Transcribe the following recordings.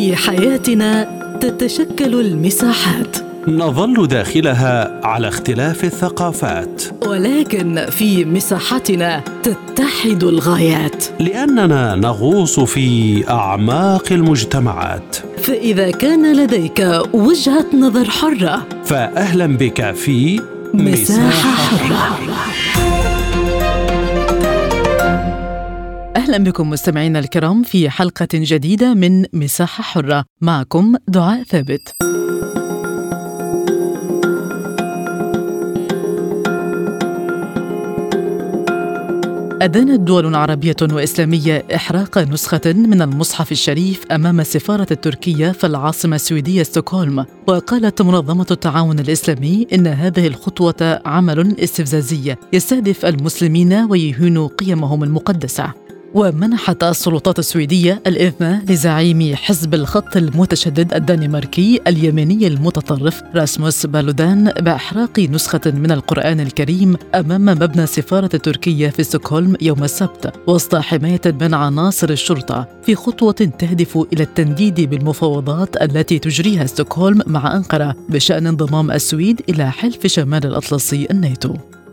في حياتنا تتشكل المساحات، نظل داخلها على اختلاف الثقافات، ولكن في مساحتنا تتحد الغايات، لأننا نغوص في أعماق المجتمعات. فإذا كان لديك وجهة نظر حرة، فأهلا بك في مساحة حرة. أهلا بكم مستمعينا الكرام في حلقة جديدة من مساحة حرة، معكم دعاء ثابت. أدانت دول عربية وإسلامية إحراق نسخة من المصحف الشريف أمام السفارة التركية في العاصمة السويدية ستوكهولم. وقالت منظمة التعاون الإسلامي إن هذه الخطوة عمل استفزازي يستهدف المسلمين ويهين قيمهم المقدسة. ومنحت السلطات السويدية الإذن لزعيم حزب الخط المتشدد الدنماركي اليميني المتطرف راسموس بالودان بإحراق نسخة من القرآن الكريم أمام مبنى السفارة التركية في ستوكهولم يوم السبت، وسط حماية من عناصر الشرطة، في خطوة تهدف إلى التنديد بالمفاوضات التي تجريها ستوكهولم مع أنقرة بشأن انضمام السويد إلى حلف شمال الأطلسي الناتو.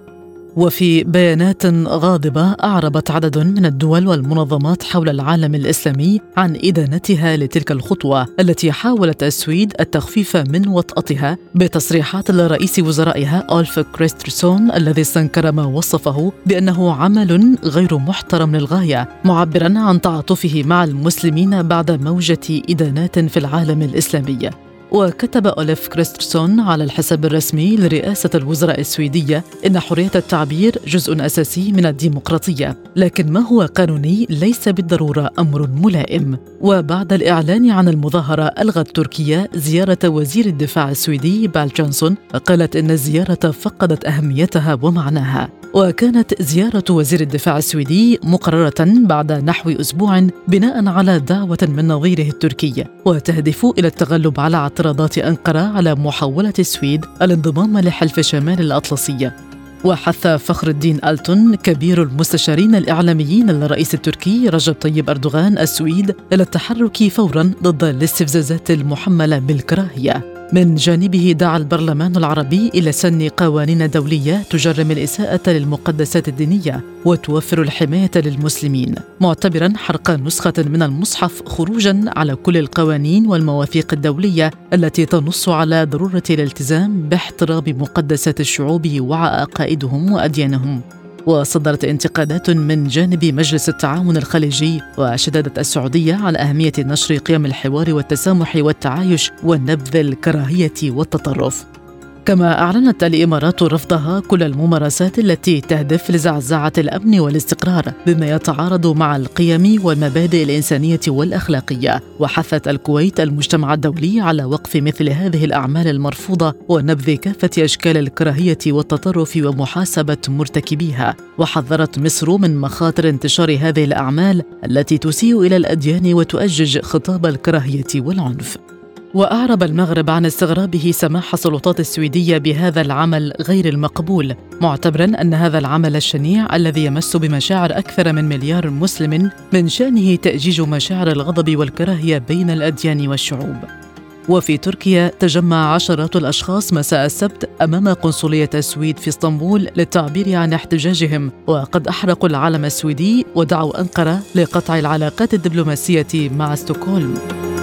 وفي بيانات غاضبة أعربت عدد من الدول والمنظمات حول العالم الإسلامي عن إدانتها لتلك الخطوة التي حاولت السويد التخفيف من وطأتها، بتصريحات لرئيس وزرائها أولف كريسترسون الذي استنكر ما وصفه بأنه عمل غير محترم للغاية، معبرا عن تعاطفه مع المسلمين بعد موجة إدانات في العالم الإسلامي. وكتب أولف كريسترسون على الحساب الرسمي لرئاسة الوزراء السويدية إن حرية التعبير جزء أساسي من الديمقراطية، لكن ما هو قانوني ليس بالضرورة أمر ملائم. وبعد الإعلان عن المظاهرة ألغت تركيا زيارة وزير الدفاع السويدي بال جونسون، وقالت إن الزيارة فقدت أهميتها ومعناها. وكانت زيارة وزير الدفاع السويدي مقررة بعد نحو أسبوع بناء على دعوة من نظيره التركي، وتهدف إلى التغلب على اعتراضات أنقرة على محاولة السويد الانضمام لحلف شمال الأطلسي. وحث فخر الدين ألتون كبير المستشارين الإعلاميين للرئيس التركي رجب طيب أردوغان السويد إلى التحرك فورا ضد الاستفزازات المحملة بالكراهية. من جانبه دعا البرلمان العربي إلى سن قوانين دولية تجرم الإساءة للمقدسات الدينية وتوفر الحماية للمسلمين، معتبرا حرق نسخة من المصحف خروجا على كل القوانين والمواثيق الدولية التي تنص على ضرورة الالتزام باحترام مقدسات الشعوب وعقائدهم وأديانهم. وصدرت انتقادات من جانب مجلس التعاون الخليجي وشددت السعودية على أهمية نشر قيم الحوار والتسامح والتعايش ونبذ الكراهية والتطرف. كما أعلنت الإمارات رفضها كل الممارسات التي تهدف لزعزعة الأمن والاستقرار بما يتعارض مع القيم والمبادئ الإنسانية والأخلاقية، وحثت الكويت المجتمع الدولي على وقف مثل هذه الأعمال المرفوضة ونبذ كافة أشكال الكراهية والتطرف ومحاسبة مرتكبيها. وحذرت مصر من مخاطر انتشار هذه الأعمال التي تسيء إلى الأديان وتؤجج خطاب الكراهية والعنف. وأعرب المغرب عن استغرابه سماح السلطات السويدية بهذا العمل غير المقبول، معتبرا أن هذا العمل الشنيع الذي يمس بمشاعر أكثر من مليار مسلم من شأنه تأجيج مشاعر الغضب والكراهية بين الأديان والشعوب. وفي تركيا تجمع عشرات الأشخاص مساء السبت أمام قنصلية السويد في اسطنبول للتعبير عن احتجاجهم، وقد أحرقوا العلم السويدي ودعوا أنقرة لقطع العلاقات الدبلوماسية مع ستوكهولم.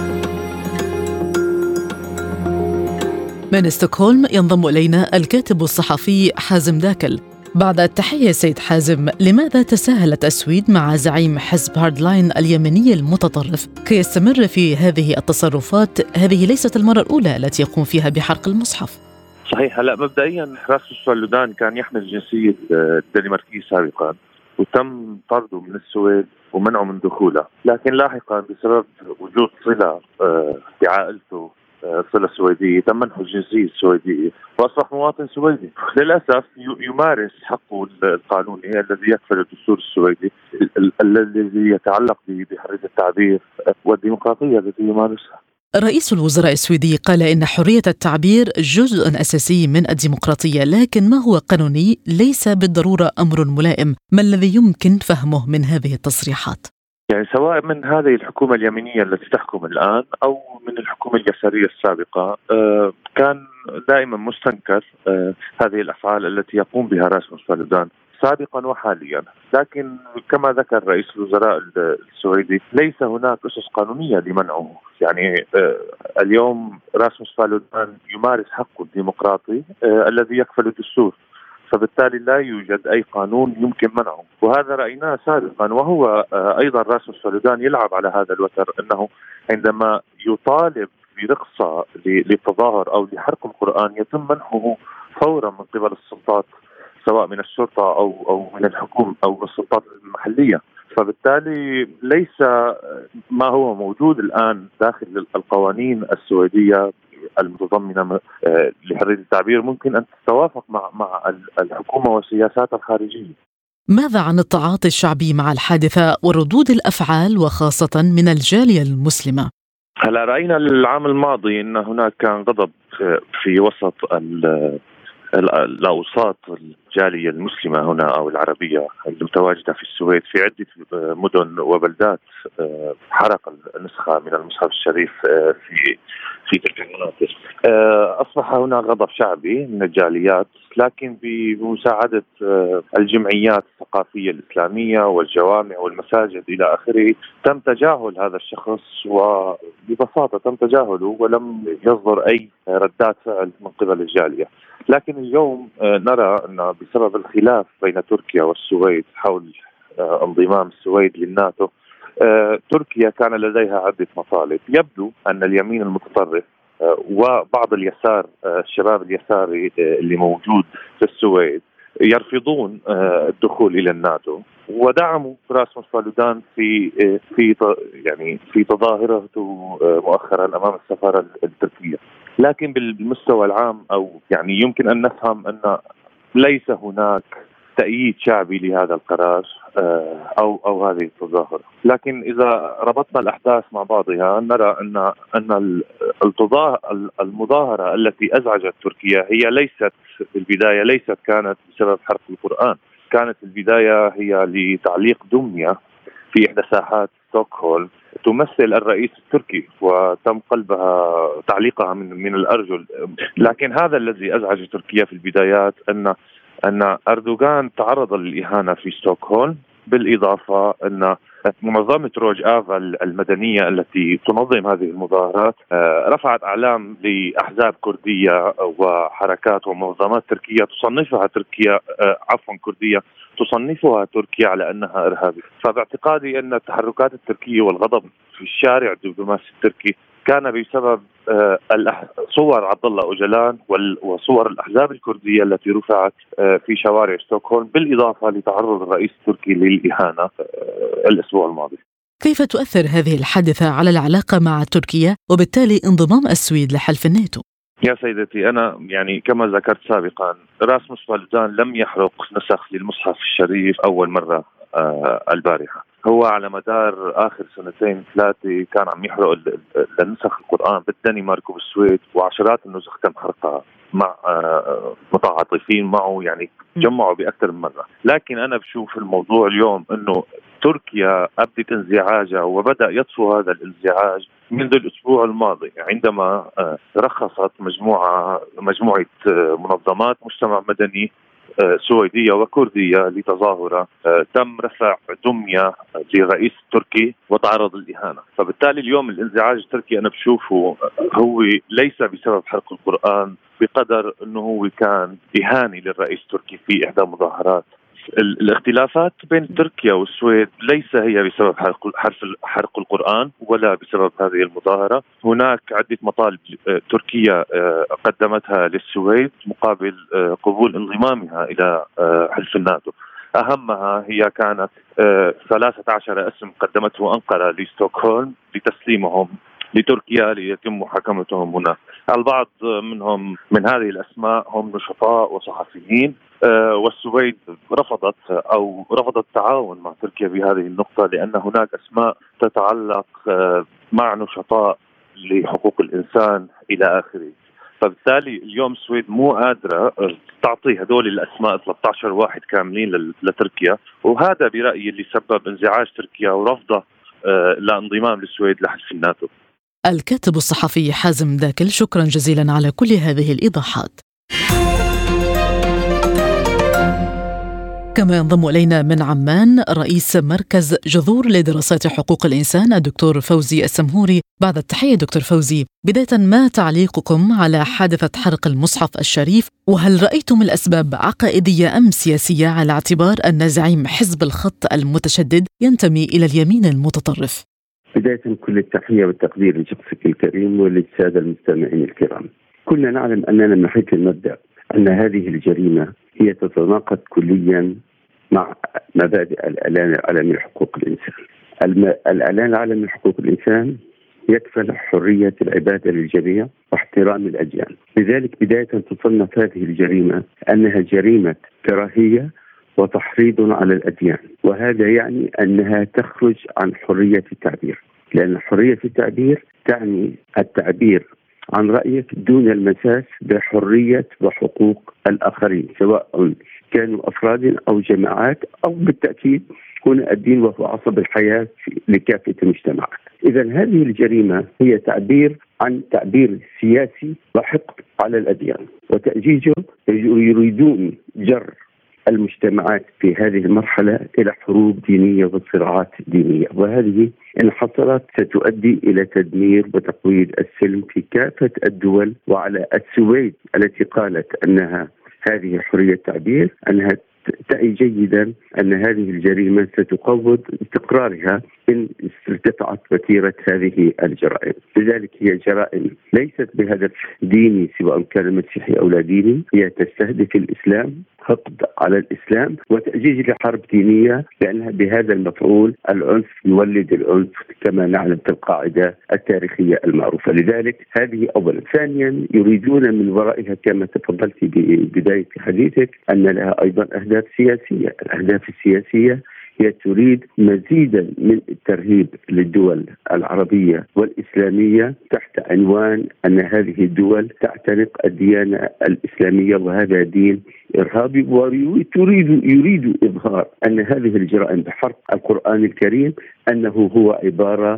من ستوكهولم ينضم إلينا الكاتب الصحفي حازم داكل. بعد التحية سيد حازم، لماذا تساهلت السويد مع زعيم حزب هاردلاين اليمني المتطرف كي يستمر في هذه التصرفات؟ هذه ليست المرة الأولى التي يقوم فيها بحرق المصحف. صحيح. هلا مبدئيا راسموس بالودان كان يحمل جنسية الدنماركية سابقا، وتم طرده من السويد ومنعه من دخولها، لكن لاحقا بسبب وجود صلة بعائلته، صلة سويدية، تم منحه الجنسية السويدية وأصبح مواطن سويدي. للأسف يمارس حقه القانوني الذي يكفل الدستور السويدي الذي يتعلق بحرية التعبير والديمقراطية التي يمارسها. رئيس الوزراء السويدي قال إن حرية التعبير جزء أساسي من الديمقراطية، لكن ما هو قانوني ليس بالضرورة أمر ملائم. ما الذي يمكن فهمه من هذه التصريحات؟ يعني سواء من هذه الحكومة اليمينية التي تحكم الآن أو من الحكومة اليسارية السابقة، كان دائما مستنكر هذه الأفعال التي يقوم بها راسموس فالودان سابقا وحاليا. لكن كما ذكر رئيس الوزراء السويدي ليس هناك أسس قانونية لمنعه. يعني اليوم راسموس فالودان يمارس حقه الديمقراطي الذي يكفل الدستور، فبالتالي لا يوجد أي قانون يمكن منعه، وهذا رأيناه سابقا. وهو أيضا راسموس فالودان يلعب على هذا الوتر، أنه عندما يطالب برقصة للتظاهر أو لحرق القرآن يتم منحه فورا من قبل السلطات، سواء من الشرطة أو من الحكومة أو من السلطات المحلية. فبالتالي ليس ما هو موجود الآن داخل القوانين السويدية المتضمنة لحرية التعبير ممكن أن تتوافق مع الحكومة وسياساتها الخارجية. ماذا عن التعاطي الشعبي مع الحادثة وردود الأفعال وخاصة من الجالية المسلمة؟ هلا رأينا العام الماضي أن هناك كان غضب في وسط الأوساط الجالية المسلمة هنا أو العربية المتواجدة في السويد في عدة مدن وبلدات، حرق النسخة من المصحف الشريف في تلك المناطق. أصبح هنا غضب شعبي من الجاليات، لكن بمساعدة الجمعيات الثقافية الإسلامية والجوامع والمساجد إلى آخره تم تجاهل هذا الشخص، وببساطة تم تجاهله ولم يصدر أي ردات فعل من قبل الجالية. لكن اليوم نرى أن بسبب الخلاف بين تركيا والسويد حول انضمام السويد للناتو، تركيا كان لديها عدة مطالب. يبدو أن اليمين المتطرف وبعض اليسار، الشباب اليساري اللي موجود في السويد، يرفضون الدخول إلى الناتو، ودعموا راسموس فالودان في تظاهرته مؤخرا أمام السفارة التركية. لكن بالمستوى العام أو يعني يمكن أن نفهم أن ليس هناك تأييد شعبي لهذا القرار أو هذه التظاهرة. لكن إذا ربطنا الأحداث مع بعضها نرى أن المظاهرة التي أزعجت تركيا هي ليست في البداية كانت بسبب حرق القرآن، كانت البداية هي لتعليق دمية في إحدى ساحات ستوكهولم تمثل الرئيس التركي، وتم قلبها تعليقها من الأرجل. لكن هذا الذي أزعج تركيا في البدايات أن أردوغان تعرض للإهانة في ستوكهولم، بالإضافة أن منظمة روج آفا المدنية التي تنظم هذه المظاهرات رفعت أعلام لأحزاب كردية وحركات ومنظمات تركية كردية تصنفها تركيا على أنها إرهابية. فباعتقادي أن التحركات التركية والغضب في الشارع الدبلوماسي التركي كان بسبب صور عبد الله أوجلان وصور الأحزاب الكردية التي رفعت في شوارع ستوكهولم، بالإضافة لتعرض الرئيس التركي للإهانة الأسبوع الماضي. كيف تؤثر هذه الحادثة على العلاقة مع تركيا وبالتالي انضمام السويد لحلف الناتو؟ يا سيدتي، أنا يعني كما ذكرت سابقا راسموس فالودان لم يحرق نسخ للمصحف الشريف أول مرة البارحة. هو على مدار آخر 2-3 كان عم يحرق النسخ القرآن بالدنمارك وبالسويد، وعشرات النسخ تم حرقها مع متعاطفين معه، يعني جمعوا بأكثر من مرة. لكن أنا بشوف الموضوع اليوم أنه تركيا أبدت انزعاجها وبدأ يطفو هذا الانزعاج منذ الأسبوع الماضي، عندما رخصت مجموعة منظمات مجتمع مدني سويدية وكردية لتظاهرة تم رفع دمية للرئيس التركي وتعرض للإهانة. فبالتالي اليوم الانزعاج التركي أنا بشوفه هو ليس بسبب حرق القرآن بقدر أنه هو كان إهانة للرئيس التركي في إحدى مظاهرات. الاختلافات بين تركيا والسويد ليس هي بسبب حرق القرآن ولا بسبب هذه المظاهرة. هناك عدة مطالب تركيا قدمتها للسويد مقابل قبول انضمامها إلى حلف الناتو. أهمها هي كانت 13 اسم قدمته أنقرة لستوكهولم لتسليمهم لتركيا ليتم محاكمتهم هنا. البعض منهم من هذه الأسماء هم نشطاء وصحفيين، والسويد رفضت التعاون مع تركيا بهذه النقطة، لأن هناك أسماء تتعلق مع نشطاء لحقوق الإنسان إلى آخره. فبالتالي اليوم السويد مو قادرة تعطي هدول الأسماء 13 واحد كاملين لتركيا، وهذا برأيي اللي سبب انزعاج تركيا ورفضه لانضمام السويد لحلف الناتو. الكاتب الصحفي حازم داكل، شكرا جزيلا على كل هذه الإيضاحات. كما ينضم إلينا من عمان رئيس مركز جذور لدراسات حقوق الإنسان الدكتور فوزي السمهوري. بعد التحية دكتور فوزي، بداية ما تعليقكم على حادثة حرق المصحف الشريف؟ وهل رأيتم الأسباب عقائدية أم سياسية على اعتبار أن زعيم حزب الخط المتشدد ينتمي إلى اليمين المتطرف؟ بداية كل التحية والتقدير لشخصك الكريم وللسادة المستمعين الكرام. كلنا نعلم أننا من حيث المبدأ أن هذه الجريمة هي تتناقض كليا مع مبادئ الإعلان العالمي لحقوق الإنسان. الإعلان العالمي لحقوق الإنسان يكفل حرية العبادة للجميع واحترام الأديان، لذلك بداية تصنف هذه الجريمة أنها جريمة كراهية وتحريض على الأديان، وهذا يعني أنها تخرج عن حرية التعبير، لأن حرية التعبير تعني التعبير عن رأيك دون المساس بحرية وحقوق الآخرين سواء كانوا أفراد أو جماعات أو بالتأكيد هنا الدين وهو عصب الحياة لكافة المجتمعات. إذا هذه الجريمة هي تعبير عن تعبير سياسي وحقد على الأديان وتأجيجه. يريدون جر المجتمعات في هذه المرحلة إلى حروب دينية وصراعات دينية، وهذه إن حصلت ستؤدي إلى تدمير وتقويض السلم في كافة الدول. وعلى السويد التي قالت أنها هذه حرية تعبير أنها تعي جيدا أن هذه الجريمة ستقوض استقرارها إن ارتفعت وتيرة هذه الجرائم. لذلك هي جرائم ليست بهدف ديني سواء كان مسيحي أو لا ديني، هي تستهدف الإسلام، حقد على الإسلام وتأجيج لحرب دينية، لأنها بهذا المفعول العنف يولد العنف كما نعلم في القاعدة التاريخية المعروفة. لذلك هذه أولا. ثانيا يريدون من ورائها كما تفضلت ببداية حديثك أن لها أيضا أهداف سياسية. الأهداف السياسية هي تريد مزيدا من الترهيب للدول العربية والإسلامية تحت عنوان أن هذه الدول تعتنق الديانة الإسلامية وهذا دين إرهابي، ويريد إظهار أن هذه الجرائم بحرق القرآن الكريم أنه هو عبارة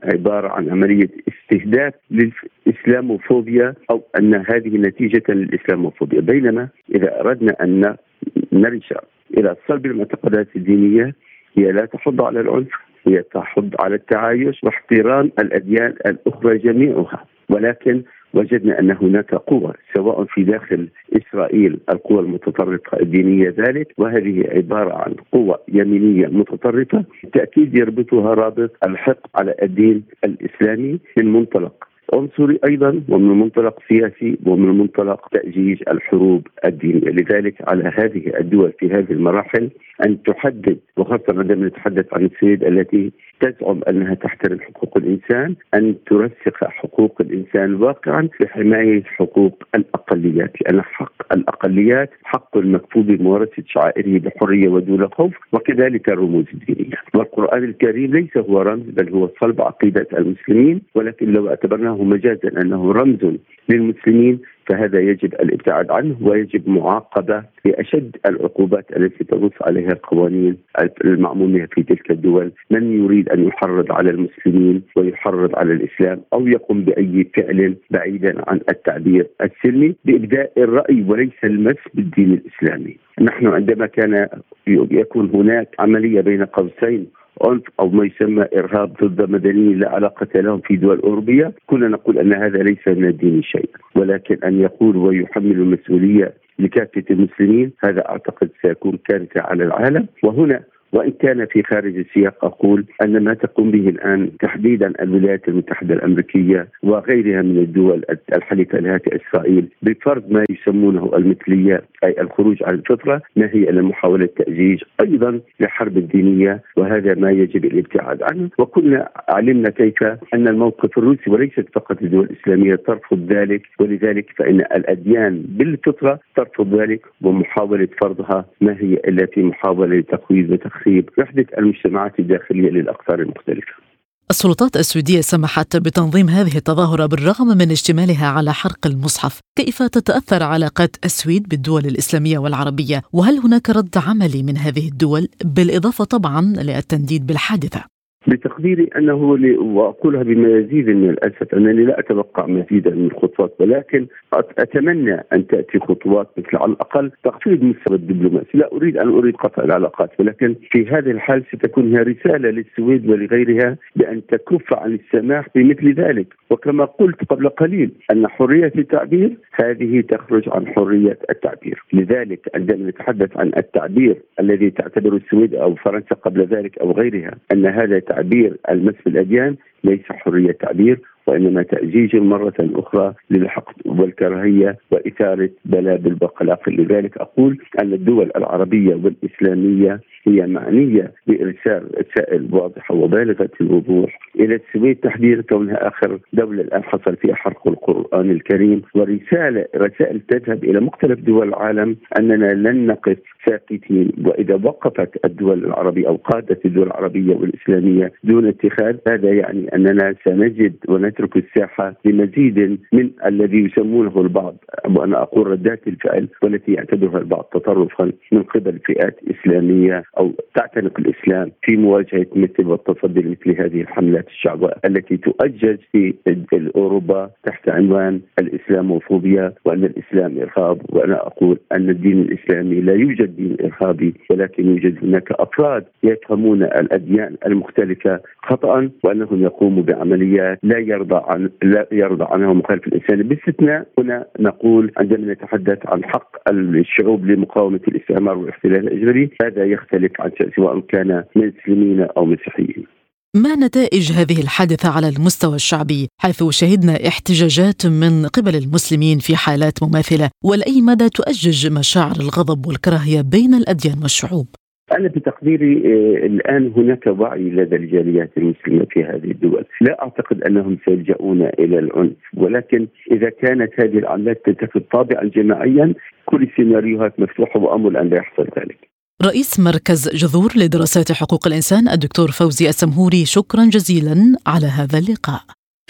عن عملية استهداف للإسلاموفوبيا أو أن هذه نتيجة للإسلاموفوبيا. بينما إذا أردنا أن نرجع إلى صلب المعتقدات الدينية هي لا تحض على العنف، هي تحض على التعايش واحترام الأديان الأخرى جميعها. ولكن وجدنا أن هناك قوة سواء في داخل إسرائيل القوى المتطرفة الدينية ذلك، وهذه عبارة عن قوة يمينية متطرفة بالتأكيد يربطها رابط الحقد على الدين الإسلامي من منطلق عنصري أيضا ومن منطلق سياسي ومن منطلق تأجيج الحروب الدينية. لذلك على هذه الدول في هذه المراحل أن تحدد، وخاصة عندما نتحدث عن السويد التي تزعم أنها تحترم حقوق الإنسان، أن ترسخ حقوق الإنسان واقعا بحماية حقوق الأقليات، لأن حق الأقليات حق المكفول بممارسة شعائره بحرية ودون خوف، وكذلك الرموز الدينية. والقرآن الكريم ليس هو رمز بل هو صلب عقيدة المسلمين، ولكن لو اعتبرناه مجازا أنه رمز للمسلمين فهذا يجب الابتعاد عنه ويجب معاقبة بأشد العقوبات التي تنص عليها القوانين المعمولة في تلك الدول. من يريد أن يحرض على المسلمين ويحرض على الإسلام أو يقوم بأي فعل بعيدا عن التعبير السلمي بإبداء الرأي وليس المس بالدين الإسلامي. نحن عندما كان يكون هناك عملية بين قوسين عنف أو ما يسمى إرهاب ضد مدنيين لا علاقة لهم في دول أوروبية، كنا نقول أن هذا ليس من الدين شيء، ولكن أن يقول ويحمل المسؤولية لكافة المسلمين هذا أعتقد سيكون كارثة على العالم. وهنا وإن كان في خارج السياق أقول أن ما تقوم به الآن تحديدا الولايات المتحدة الأمريكية وغيرها من الدول الحليفة لها كإسرائيل بفرض ما يسمونه المثلية أي الخروج عن الفطرة، ما هي إلا محاولة تأجيج أيضا لحرب الدينية، وهذا ما يجب الابتعاد عنه. وكنا علمنا كيف أن الموقف الروسي وليست فقط الدول الإسلامية ترفض ذلك، ولذلك فإن الأديان بالفطرة ترفض ذلك، ومحاولة فرضها ما هي إلا في محاولة تقويض وتخريب وحدة المجتمعات الداخلية للأقطار المختلفة. السلطات السويدية سمحت بتنظيم هذه التظاهرة بالرغم من اشتمالها على حرق المصحف. كيف تتأثر علاقات السويد بالدول الإسلامية والعربية؟ وهل هناك رد عملي من هذه الدول بالإضافة طبعا للتنديد بالحادثة؟ بتقديري أنه وأقولها بمزيد من الأسف أنني لا أتوقع مزيدا من الخطوات، ولكن أتمنى أن تأتي خطوات مثل على الأقل تخفيض مستوى الدبلوماسي. لا أريد قطع العلاقات، ولكن في هذه الحال ستكون هي رسالة للسويد ولغيرها بأن تكف عن السماح بمثل ذلك. وكما قلت قبل قليل أن حرية التعبير هذه تخرج عن حرية التعبير. لذلك عندما نتحدث عن التعبير الذي تعتبره السويد أو فرنسا قبل ذلك أو غيرها أن هذا تعبير المس في الأديان، ليس حرية تعبير، وإنما تأجيج مرة أخرى للحقد والكراهية وإثارة بلابل وقلاقل. لذلك أقول أن الدول العربية والإسلامية هي معنية بإرسال رسائل واضحة وبالغة الوضوح إلى السويد تحديدا، كونها آخر دولة الآن حصل فيها حرق القرآن الكريم، رسائل تذهب إلى مختلف دول العالم أننا لن نقف ساكتين. وإذا وقفت الدول العربية أو قادة الدول العربية والإسلامية دون اتخاذ، هذا يعني أننا سنجد ونترك الساحة لمزيد من الذي يسمونه البعض، وأنا أقول ردات الفعل، والتي يعتبرها البعض تطرفا من قبل فئات إسلامية أو تعتنق الإسلام في مواجهة مثل والتصدي لمثل هذه الحملات الشعبية التي تؤجج في أوروبا تحت عنوان الإسلاموفوبيا وأن الإسلام إرهاب. وأنا أقول أن الدين الإسلامي لا يوجد دين إرهابي، ولكن يوجد هناك أفراد يفهمون الأديان المختلفة خطأ، وأنهم يقوموا بعمليات لا يرضى عنها مخالف الإنسان. باستثناء هنا نقول عندما نتحدث عن حق الشعوب لمقاومة الاستعمار والاحتلال الأجنبي، هذا يختلف عن سواء كان مسلمين أو مسيحيين. ما نتائج هذه الحادثة على المستوى الشعبي، حيث شهدنا احتجاجات من قبل المسلمين في حالات مماثلة، ولأي مدى تؤجج مشاعر الغضب والكراهية بين الأديان والشعوب؟ أنا بتقديري الآن هناك وعي لدى الجاليات المسلمة في هذه الدول. لا أعتقد أنهم سيلجؤون إلى العنف، ولكن إذا كانت هذه العمليات تتخذ طابعا جماعيا كل السيناريوهات مفتوحة، وأمل أن لا يحصل ذلك. رئيس مركز جذور لدراسات حقوق الإنسان الدكتور فوزي السمهوري، شكرا جزيلا على هذا اللقاء.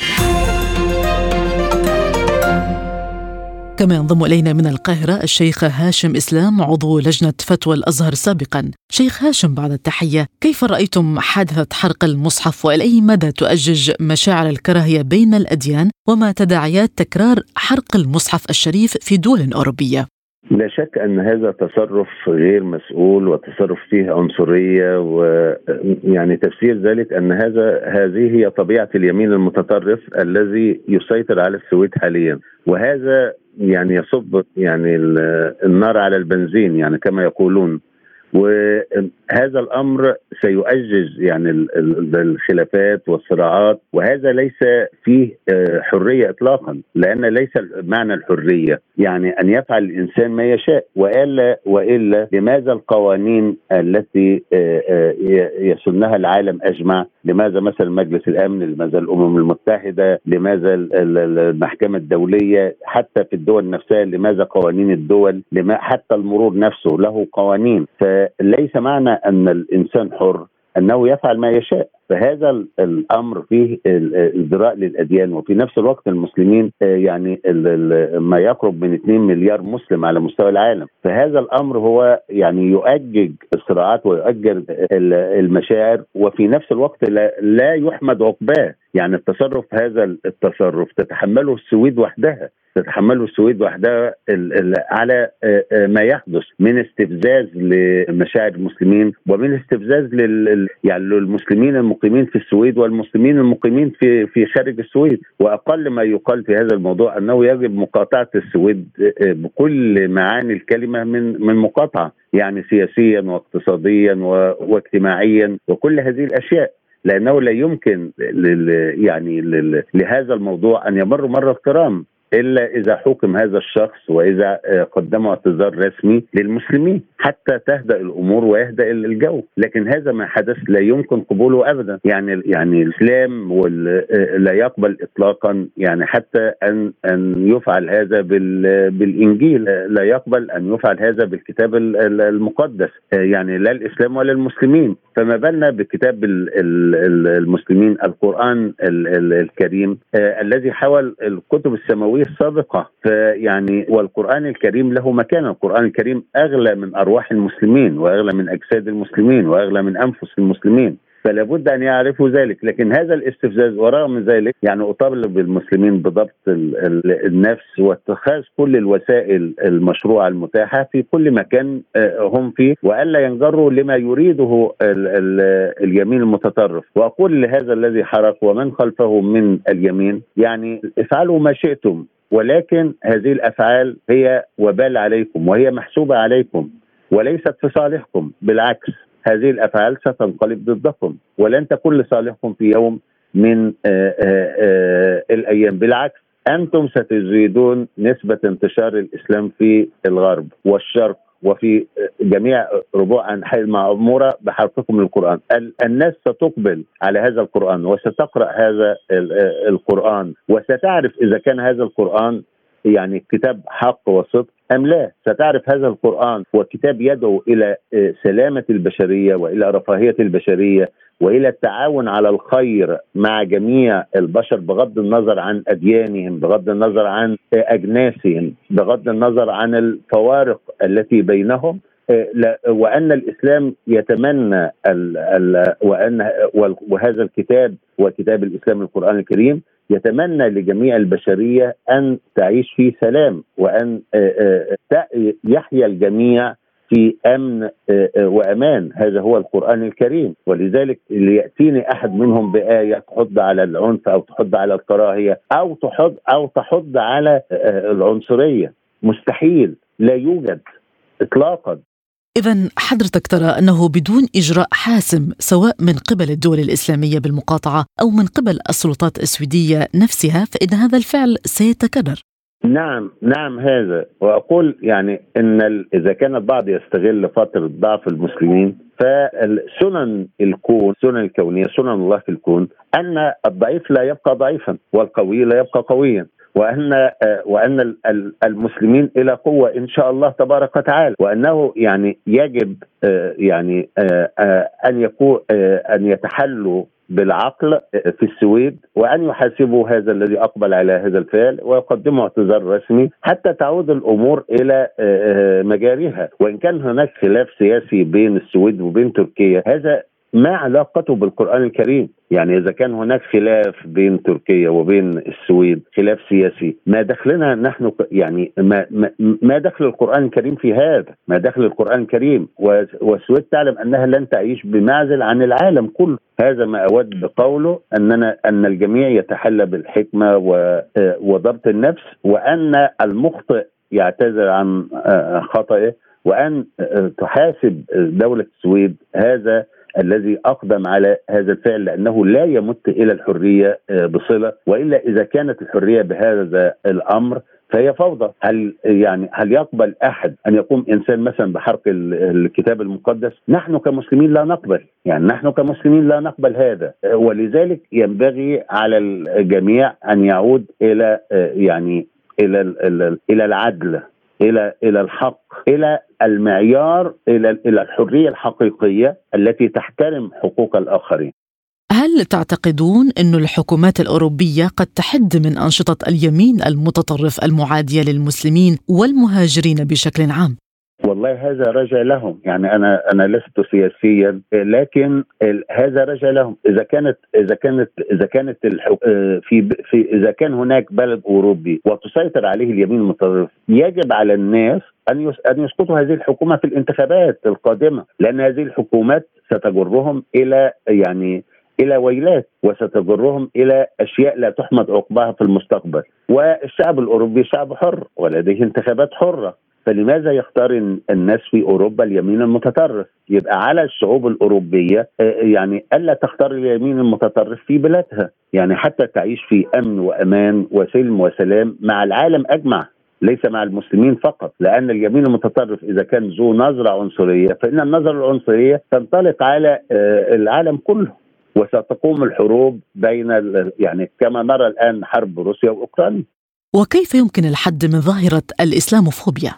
كما ينضم إلينا من القاهرة الشيخ هاشم إسلام، عضو لجنة فتوى الأزهر سابقا. شيخ هاشم، بعد التحية، كيف رأيتم حادثة حرق المصحف، وإلى أي مدى تؤجج مشاعر الكراهية بين الأديان، وما تداعيات تكرار حرق المصحف الشريف في دول أوروبية؟ لا شك أن هذا تصرف غير مسؤول وتصرف فيه عنصرية، ويعني تفسير ذلك أن هذه هي طبيعة اليمين المتطرف الذي يسيطر على السويد حاليا، وهذا يعني يصب يعني النار على البنزين يعني كما يقولون. وهذا الأمر سيؤجج يعني الخلافات والصراعات، وهذا ليس فيه حرية إطلاقا، لأن ليس معنى الحرية يعني أن يفعل الإنسان ما يشاء، وإلا لماذا القوانين التي يسنها العالم أجمع؟ لماذا مثلا مجلس الأمن؟ لماذا الأمم المتحدة؟ لماذا المحكمة الدولية؟ حتى في الدول نفسها لماذا قوانين الدول؟ حتى المرور نفسه له قوانين. فليس معنى أن الإنسان حر أنه يفعل ما يشاء، فهذا الأمر فيه ازدراء للأديان، وفي نفس الوقت المسلمين يعني ما يقرب من 2 مليار مسلم على مستوى العالم، فهذا الأمر هو يعني يؤجج الصراعات ويؤجج المشاعر، وفي نفس الوقت لا يحمد عقباه. يعني هذا التصرف تتحمله السويد وحدها على ما يحدث من استفزاز لمشاعر المسلمين، ومن استفزاز يعني للمسلمين المقيمين في السويد والمسلمين المقيمين في خارج السويد. وأقل ما يقال في هذا الموضوع أنه يجب مقاطعة السويد بكل معاني الكلمة من مقاطعة، يعني سياسيا واقتصاديا واجتماعيا وكل هذه الأشياء، لأنه لا يمكن لهذا الموضوع أن يمر مر الكرام إلا إذا حكم هذا الشخص وإذا قدموا اعتذار رسمي للمسلمين حتى تهدأ الأمور ويهدأ الجو. لكن هذا ما حدث لا يمكن قبوله أبدا. يعني الإسلام لا يقبل إطلاقا يعني حتى أن يفعل هذا بالإنجيل، لا يقبل أن يفعل هذا بالكتاب المقدس، يعني لا الإسلام ولا المسلمين، فما بالنا بكتاب المسلمين القرآن الكريم الذي حول الكتب السماوية السابقة. فيعني والقرآن الكريم له مكان، القرآن الكريم أغلى من أرواح المسلمين وأغلى من أجساد المسلمين وأغلى من أنفس المسلمين، فلا بد أن يعرفوا ذلك. لكن هذا الاستفزاز ورغم ذلك يعني أطالب المسلمين بضبط النفس واتخاذ كل الوسائل المشروعة المتاحة في كل مكان هم فيه، وألا ينجروا لما يريده اليمين المتطرف. وأقول لهذا الذي حرق ومن خلفه من اليمين يعني افعلوا ما شئتم، ولكن هذه الأفعال هي وبال عليكم وهي محسوبة عليكم وليست في صالحكم. بالعكس هذه الأفعال ستنقلب ضدكم ولن تكون لصالحكم في يوم من الأيام. بالعكس أنتم ستزيدون نسبة انتشار الإسلام في الغرب والشرق وفي جميع ربوع أنحاء المعمورة بحرقكم للقرآن. الناس ستقبل على هذا القرآن وستقرأ هذا القرآن وستعرف إذا كان هذا القرآن يعني كتاب حق وصدق أم لا. ستعرف هذا القرآن وكتاب يدعو إلى سلامة البشرية وإلى رفاهية البشرية وإلى التعاون على الخير مع جميع البشر بغض النظر عن أديانهم، بغض النظر عن أجناسهم، بغض النظر عن الفوارق التي بينهم. وأن الإسلام يتمنى وهذا الكتاب وكتاب الإسلام القرآن الكريم يتمنى لجميع البشرية أن تعيش في سلام وأن يحيا الجميع في أمن وأمان. هذا هو القرآن الكريم. ولذلك ليأتيني أحد منهم بآية تحض على العنف أو تحض على الكراهية أو تحض على العنصرية، مستحيل، لا يوجد إطلاقا. إذن حضرتك ترى أنه بدون إجراء حاسم سواء من قبل الدول الإسلامية بالمقاطعة أو من قبل السلطات السويدية نفسها فإن هذا الفعل سيتكرر. نعم هذا. وأقول يعني إن إذا كان البعض يستغل فترة ضعف المسلمين فالسنن الكون، سنن الكونية، سنن الله في الكون أن الضعيف لا يبقى ضعيفا والقوي لا يبقى قويا، وأن المسلمين إلى قوة إن شاء الله تبارك وتعالى، وأنه يعني يجب يعني أن يتحلوا بالعقل في السويد وأن يحاسبوا هذا الذي أقبل على هذا الفعل ويقدموا اعتذار رسمي حتى تعود الأمور إلى مجاريها. وإن كان هناك خلاف سياسي بين السويد وبين تركيا هذا ما علاقته بالقرآن الكريم. يعني إذا كان هناك خلاف بين تركيا وبين السويد خلاف سياسي ما دخلنا نحن، يعني ما دخل القرآن الكريم في هذا؟ ما دخل القرآن الكريم؟ والسويد تعلم أنها لن تعيش بمعزل عن العالم كله. هذا ما أود بقوله أن الجميع يتحلى بالحكمة وضبط النفس، وأن المخطئ يعتذر عن خطئه، وأن تحاسب دولة السويد هذا الذي أقدم على هذا الفعل لأنه لا يمت إلى الحرية بصلة، وإلا إذا كانت الحرية بهذا الأمر فهي فوضى. هل يقبل أحد أن يقوم إنسان مثلا بحرق الكتاب المقدس؟ نحن كمسلمين لا نقبل، نحن كمسلمين لا نقبل هذا. ولذلك ينبغي على الجميع أن يعود إلى إلى العدل، إلى الحق، إلى المعيار، إلى الحرية الحقيقية التي تحترم حقوق الآخرين. هل تعتقدون أن الحكومات الأوروبية قد تحد من أنشطة اليمين المتطرف المعادية للمسلمين والمهاجرين بشكل عام؟ والله هذا رجع لهم، أنا لست سياسيا، لكن هذا رجع لهم. إذا كان هناك بلد أوروبي وتسيطر عليه اليمين المتطرف يجب على الناس أن يسقطوا هذه الحكومة في الانتخابات القادمة، لأن هذه الحكومات ستجرهم إلى ويلات وستجرهم إلى أشياء لا تحمد عقباها في المستقبل. والشعب الأوروبي شعب حر ولديه انتخابات حرة، فلماذا يختار الناس في أوروبا اليمين المتطرف؟ يبقى على الشعوب الأوروبية ألا تختار اليمين المتطرف في بلادها، حتى تعيش في أمن وأمان وسلم وسلام مع العالم أجمع، ليس مع المسلمين فقط. لأن اليمين المتطرف إذا كان ذو نظرة عنصرية فإن النظرة العنصرية تنطلق على العالم كله، وستقوم الحروب بين كما نرى الآن حرب روسيا وأوكرانيا. وكيف يمكن الحد من ظاهرة الإسلاموفوبيا؟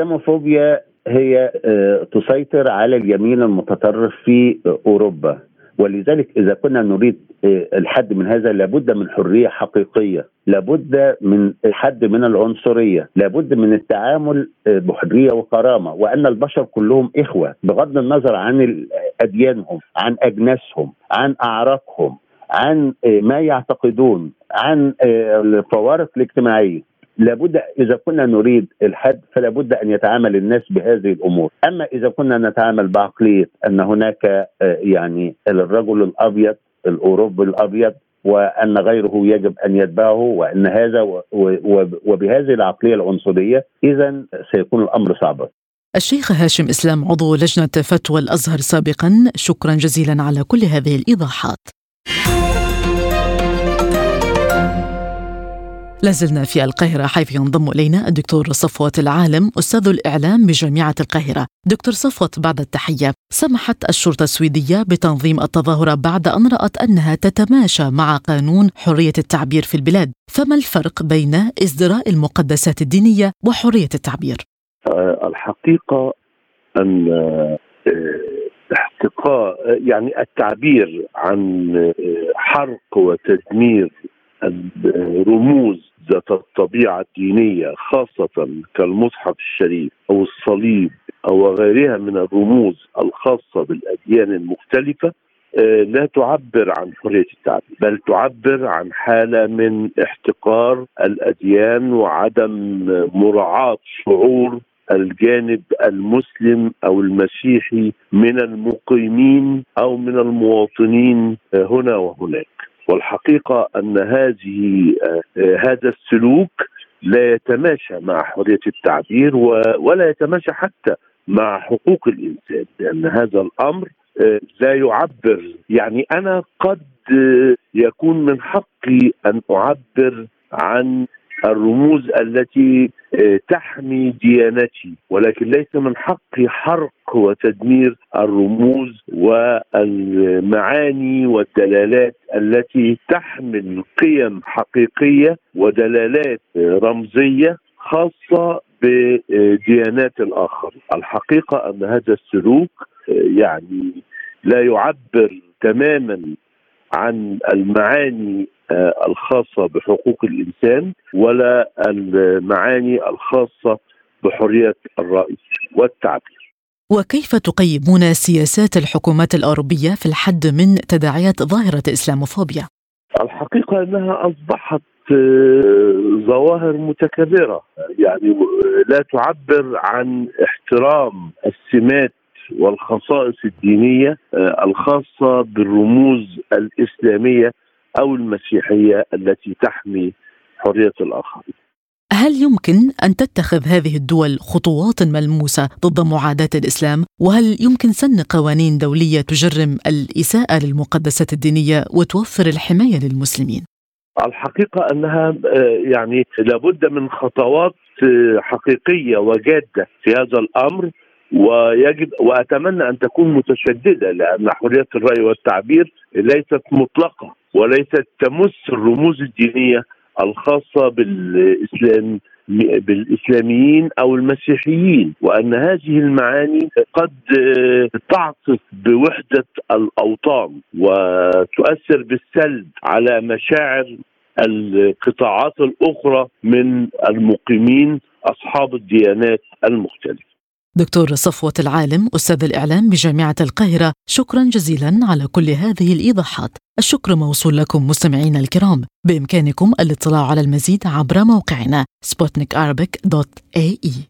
الإسلاموفوبيا هي تسيطر على اليمين المتطرف في أوروبا، ولذلك إذا كنا نريد الحد من هذا لابد من حرية حقيقية، لابد من حد من العنصرية، لابد من التعامل بحرية وكرامة، وأن البشر كلهم إخوة بغض النظر عن أديانهم، عن أجناسهم، عن أعراقهم، عن ما يعتقدون، عن الفوارق الاجتماعية. لابد إذا كنا نريد الحد فلابد أن يتعامل الناس بهذه الأمور. أما إذا كنا نتعامل بعقلية أن هناك يعني الرجل الأبيض الأوروبي الأبيض وأن غيره يجب أن يتبعه وأن هذا وبهذه العقلية العنصرية، إذن سيكون الأمر صعبا. الشيخ هاشم إسلام عضو لجنة فتوى الأزهر سابقا، شكرا جزيلا على كل هذه الإيضاحات. لازلنا في القاهرة، حيث ينضم إلينا الدكتور صفوت العالم أستاذ الإعلام بجامعة القاهرة. دكتور صفوت، بعد التحية، سمحت الشرطة السويدية بتنظيم التظاهرة بعد أن رأت أنها تتماشى مع قانون حرية التعبير في البلاد، فما الفرق بين ازدراء المقدسات الدينية وحرية التعبير؟ الحقيقة أن احتقاء يعني التعبير عن حرق وتدمير الرموز ذات الطبيعة الدينية، خاصة كالمصحف الشريف أو الصليب أو غيرها من الرموز الخاصة بالأديان المختلفة، لا تعبر عن حرية التعبير، بل تعبر عن حالة من احتقار الأديان وعدم مراعاة شعور الجانب المسلم أو المسيحي من المقيمين أو من المواطنين هنا وهناك. والحقيقة أن هذا السلوك لا يتماشى مع حرية التعبير ولا يتماشى حتى مع حقوق الإنسان، لأن هذا الأمر لا يعبر. يعني أنا قد يكون من حقي أن أعبر عن الرموز التي تحمي ديانتي، ولكن ليس من حقي حرق وتدمير الرموز والمعاني والدلالات التي تحمل قيم حقيقية ودلالات رمزية خاصة بديانات الآخر. الحقيقة أن هذا السلوك يعني لا يعبر تماما عن المعاني الخاصة بحقوق الإنسان ولا المعاني الخاصة بحرية الرأي والتعبير. وكيف تقيمون سياسات الحكومات الأوروبية في الحد من تداعيات ظاهرة الإسلاموفوبيا؟ الحقيقة أنها أصبحت ظواهر متكررة، يعني لا تعبر عن احترام السمات والخصائص الدينية الخاصة بالرموز الإسلامية أو المسيحية التي تحمي حرية الآخر. هل يمكن أن تتخذ هذه الدول خطوات ملموسة ضد معاداة الإسلام؟ وهل يمكن سن قوانين دولية تجرم الإساءة للمقدسات الدينية وتوفر الحماية للمسلمين؟ الحقيقة أنها يعني لابد من خطوات حقيقية وجادة في هذا الأمر، وأتمنى أن تكون متشددة، لأن حرية الرأي والتعبير ليست مطلقة وليست تمس الرموز الدينية الخاصة بالإسلاميين أو المسيحيين، وأن هذه المعاني قد تعصف بوحدة الأوطان وتؤثر بالسلب على مشاعر القطاعات الأخرى من المقيمين أصحاب الديانات المختلفة. دكتور صفوت العالم أستاذ الإعلام بجامعة القاهرة، شكرا جزيلا على كل هذه الإيضاحات. الشكر موصول لكم مستمعينا الكرام، بإمكانكم الاطلاع على المزيد عبر موقعنا sputnikarabic.ae.